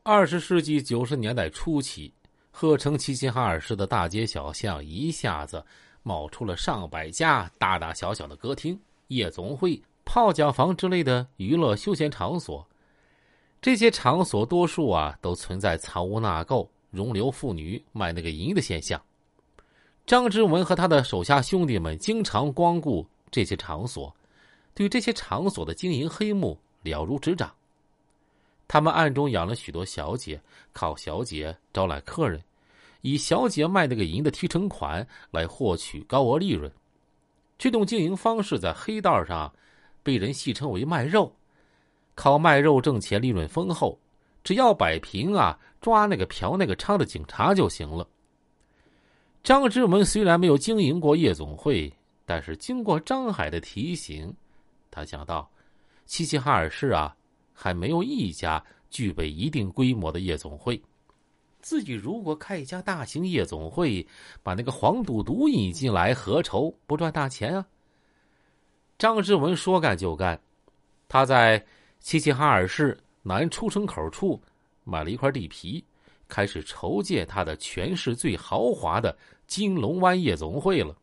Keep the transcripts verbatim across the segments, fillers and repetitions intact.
二十世纪九十年代初期，鹤城齐齐哈尔市的大街小巷一下子冒出了上百家大大小小的歌厅、夜总会、泡脚房之类的娱乐休闲场所。这些场所多数啊都存在藏污纳垢、容留妇女、卖那个淫的现象。张之文和他的手下兄弟们经常光顾这些场所，对这些场所的经营黑幕了如指掌。他们暗中养了许多小姐，靠小姐招揽客人，以小姐卖那个淫的提成款来获取高额利润。这种经营方式在黑道上被人戏称为卖肉，靠卖肉挣钱，利润丰厚，只要摆平啊抓那个嫖那个娼的警察就行了。张之文虽然没有经营过夜总会，但是经过张海的提醒，他想到齐齐哈尔市啊还没有一家具备一定规模的夜总会，自己如果开一家大型夜总会，把那个黄赌毒引进来，何愁不赚大钱啊？张之文说干就干，他在齐齐哈尔市南出城口处买了一块地皮，开始筹建他的全市最豪华的金龙湾夜总会了。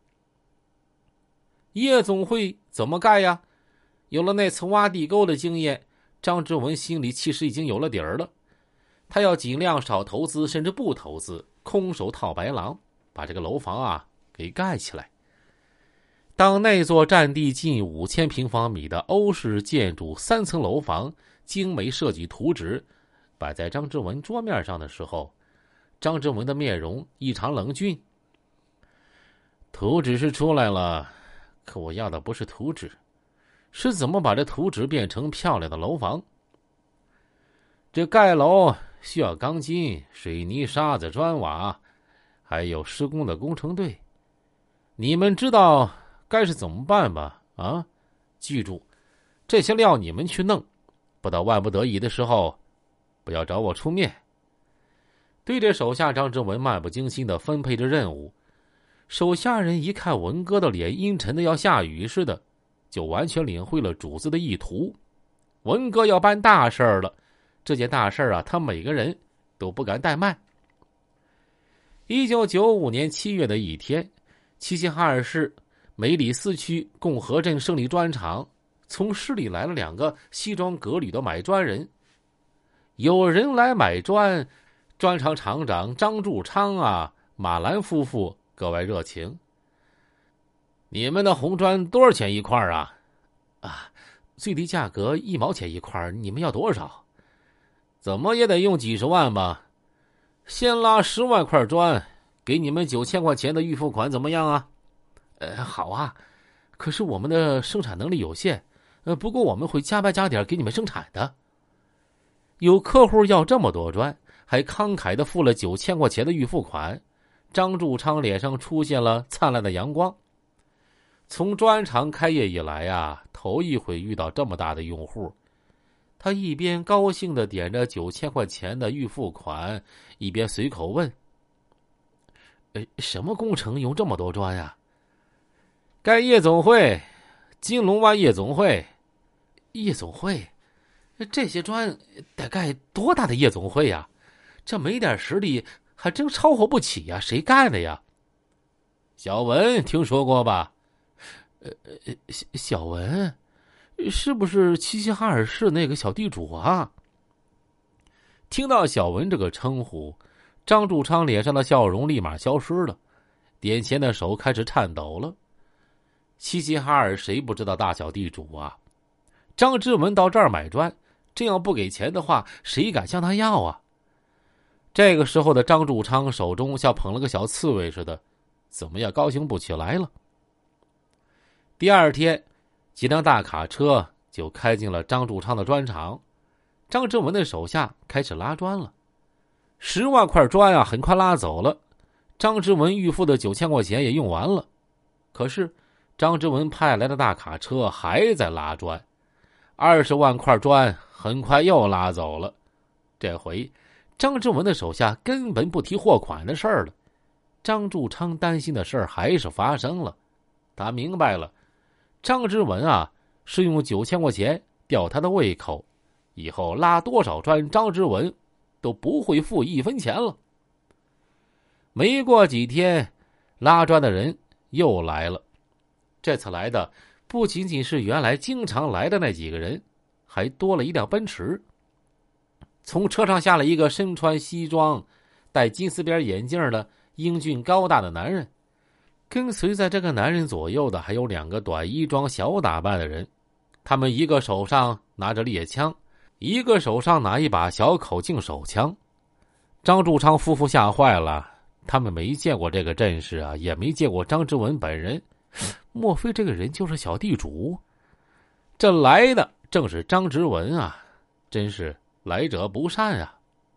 夜总会怎么盖呀？有了那次挖地沟的经验，张之文心里其实已经有了底儿了。他要尽量少投资，甚至不投资，空手套白狼，把这个楼房啊给盖起来。当那座占地近五千平方米的欧式建筑三层楼房精美设计图纸摆在张之文桌面上的时候，张之文的面容异常冷峻。图纸是出来了，可我要的不是图纸，是怎么把这图纸变成漂亮的楼房。这盖楼需要钢筋、水泥、沙子、砖瓦，还有施工的工程队。你们知道该是怎么办吧？啊，记住，这些料你们去弄，不到万不得已的时候，不要找我出面。对着手下张之文漫不经心地分配着任务，手下人一看文哥的脸阴沉的要下雨似的，就完全领会了主子的意图。文哥要办大事儿了，这件大事儿啊，他每个人都不敢怠慢。一九九五年七月的一天，齐齐哈尔市梅里斯区共和镇胜利砖厂从市里来了两个西装革履的买砖人。有人来买砖，砖厂厂长张柱昌啊、马兰夫妇格外热情。你们的红砖多少钱一块啊？啊，最低价格一毛钱一块，你们要多少？怎么也得用几十万吧。先拉十万块砖，给你们九千块钱的预付款，怎么样啊？呃，好啊，可是我们的生产能力有限，呃，不过我们会加班加点给你们生产的。有客户要这么多砖，还慷慨地付了九千块钱的预付款，张柱昌脸上出现了灿烂的阳光。从砖厂开业以来啊，头一回遇到这么大的用户。他一边高兴地点着九千块钱的预付款，一边随口问：“呃，什么工程用这么多砖呀？”“盖夜总会，金龙湾夜总会。”“夜总会？这些砖得盖多大的夜总会呀？这没点实力还真超活不起呀，谁干的呀？”“小文听说过吧？”“呃呃，小小文，是不是齐齐哈尔市那个小地主啊？”听到小文这个称呼，张柱昌脸上的笑容立马消失了，点钱的手开始颤抖了。齐齐哈尔谁不知道大小地主啊？张之文到这儿买砖，这样不给钱的话，谁敢向他要啊？这个时候的张柱昌手中像捧了个小刺猬似的，怎么也高兴不起来了。第二天，几辆大卡车就开进了张柱昌的砖厂，张之文的手下开始拉砖了。十万块砖啊，很快拉走了。张之文预付的九千块钱也用完了。可是，张之文派来的大卡车还在拉砖，二十万块砖很快又拉走了。这回，张之文的手下根本不提货款的事儿了。张柱昌担心的事儿还是发生了，他明白了。张之文啊，是用九千块钱吊他的胃口，以后拉多少砖，张之文都不会付一分钱了。没过几天，拉砖的人又来了。这次来的不仅仅是原来经常来的那几个人，还多了一辆奔驰。从车上下来一个身穿西装、戴金丝边眼镜的英俊高大的男人，跟随在这个男人左右的还有两个短衣装小打扮的人，他们一个手上拿着猎枪，一个手上拿一把小口径手枪。张柱昌夫妇吓坏了，他们没见过这个阵势啊，也没见过张之文本人，莫非这个人就是小地主？这来的正是张之文啊，真是来者不善啊！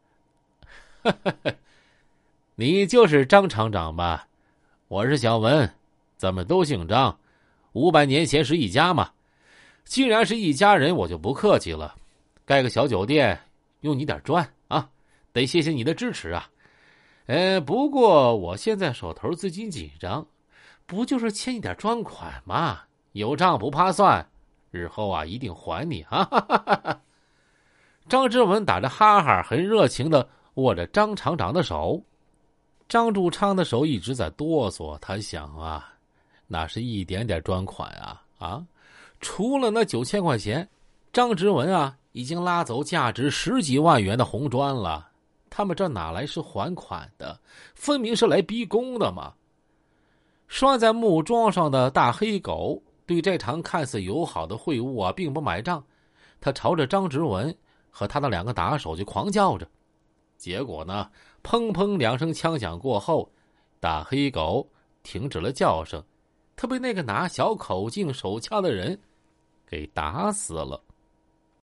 你就是张厂长吧？我是小文，咱们都姓张，五百年前是一家嘛。既然是一家人，我就不客气了。盖个小酒店，用你点砖啊，得谢谢你的支持啊。呃，不过我现在手头资金紧张，不就是欠一点专款吗？有账不怕算，日后啊一定还你啊！张之文打着哈哈，很热情的握着张厂长的手。张柱昌的手一直在哆嗦，他想啊，那是一点点专款啊啊！除了那九千块钱，张之文啊已经拉走价值十几万元的红砖了。他们这哪来是还款的？分明是来逼宫的嘛！拴在木桩上的大黑狗对这场看似友好的会晤啊，并不买账。他朝着张之文和他的两个打手就狂叫着。结果呢，砰砰两声枪响过后，大黑狗停止了叫声，他被那个拿小口径手枪的人给打死了。